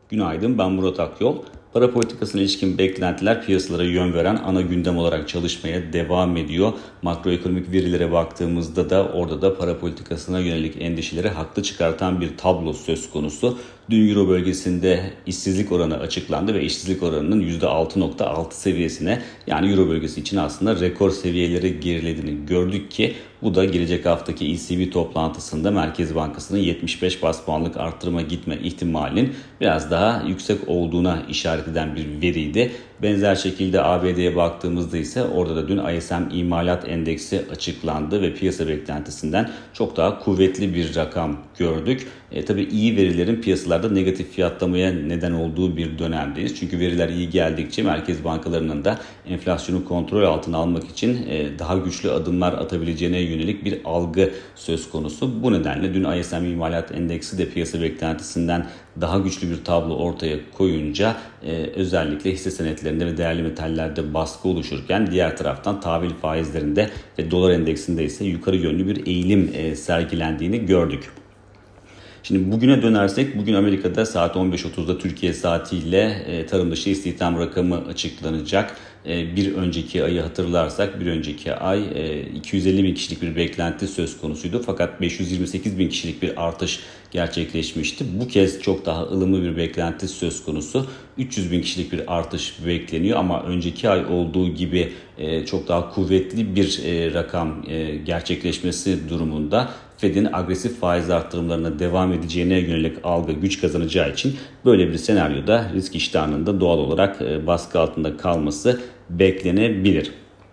Günaydın, ben Murat Akyol. Para politikasına ilişkin beklentiler piyasalara yön veren ana gündem olarak çalışmaya devam ediyor. Makroekonomik verilere baktığımızda da orada da para politikasına yönelik endişeleri haklı çıkartan bir tablo söz konusu. Dün Euro bölgesinde işsizlik oranı açıklandı ve işsizlik oranının %6.6 seviyesine, yani Euro bölgesi için aslında rekor seviyeleri gerilediğini gördük ki bu da gelecek haftaki ECB toplantısında Merkez Bankası'nın 75 bas puanlık artırıma gitme ihtimalinin biraz daha yüksek olduğuna işaret eden bir veriydi. Benzer şekilde ABD'ye baktığımızda ise orada da dün ISM imalat endeksi açıklandı ve piyasa beklentisinden çok daha kuvvetli bir rakam gördük. Tabii iyi verilerin piyasalarda negatif fiyatlamaya neden olduğu bir dönemdeyiz. Çünkü veriler iyi geldikçe merkez bankalarının da enflasyonu kontrol altına almak için daha güçlü adımlar atabileceğine yönelik bir algı söz konusu. Bu nedenle dün ISM imalat endeksi de piyasa beklentisinden daha güçlü bir tablo ortaya koyunca özellikle hisse senetlerinde ve değerli metallerde baskı oluşurken diğer taraftan tahvil faizlerinde ve dolar endeksinde ise yukarı yönlü bir eğilim sergilendiğini gördük. Şimdi bugüne dönersek, bugün Amerika'da saat 15.30'da Türkiye saatiyle tarım dışı istihdam rakamı açıklanacak. Bir önceki ayı hatırlarsak, bir önceki ay 250 bin kişilik bir beklenti söz konusuydu. Fakat 528 bin kişilik bir artış gerçekleşmişti. Bu kez çok daha ılımlı bir beklenti söz konusu. 300 bin kişilik bir artış bekleniyor ama önceki ay olduğu gibi çok daha kuvvetli bir rakam gerçekleşmesi durumunda Fed'in agresif faiz arttırımlarına devam edeceğine yönelik algı güç kazanacağı için böyle bir senaryoda risk iştahının da doğal olarak baskı altında kalması beklenebilir.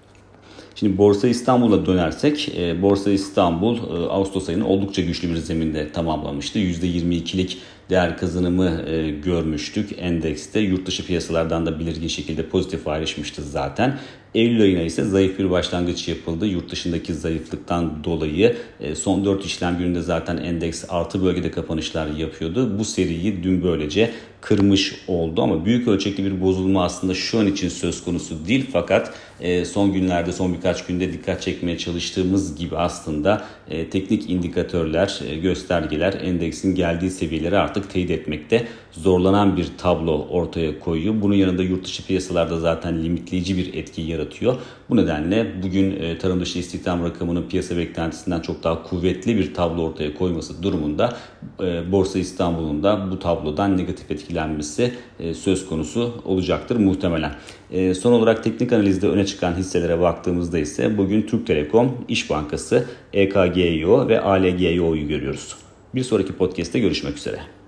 Şimdi Borsa İstanbul'a dönersek, Borsa İstanbul Ağustos ayını oldukça güçlü bir zeminde tamamlamıştı. %22'lik değer kazanımı görmüştük endekste. Yurt dışı piyasalardan da belirgin şekilde pozitif ayrışmıştı zaten. Eylül ayına ise zayıf bir başlangıç yapıldı. Yurt dışındaki zayıflıktan dolayı son 4 işlem gününde zaten endeks artı bölgede kapanışlar yapıyordu. Bu seriyi dün böylece kırmış oldu ama büyük ölçekli bir bozulma aslında şu an için söz konusu değil. Fakat son günlerde, son birkaç günde dikkat çekmeye çalıştığımız gibi aslında teknik indikatörler, göstergeler endeksin geldiği seviyeleri artık teyit etmekte zorlanan bir tablo ortaya koyuyor. Bunun yanında yurt dışı piyasalarda zaten limitleyici bir etki yaratıyor. Bu nedenle bugün tarım dışı istihdam rakamının piyasa beklentisinden çok daha kuvvetli bir tablo ortaya koyması durumunda Borsa İstanbul'un da bu tablodan negatif etkilenmesi söz konusu olacaktır muhtemelen. Son olarak teknik analizde öne çıkan hisselere baktığımızda ise bugün Türk Telekom, İş Bankası, EKGİO ve ALGİO'yu görüyoruz. Bir sonraki podcast'te görüşmek üzere.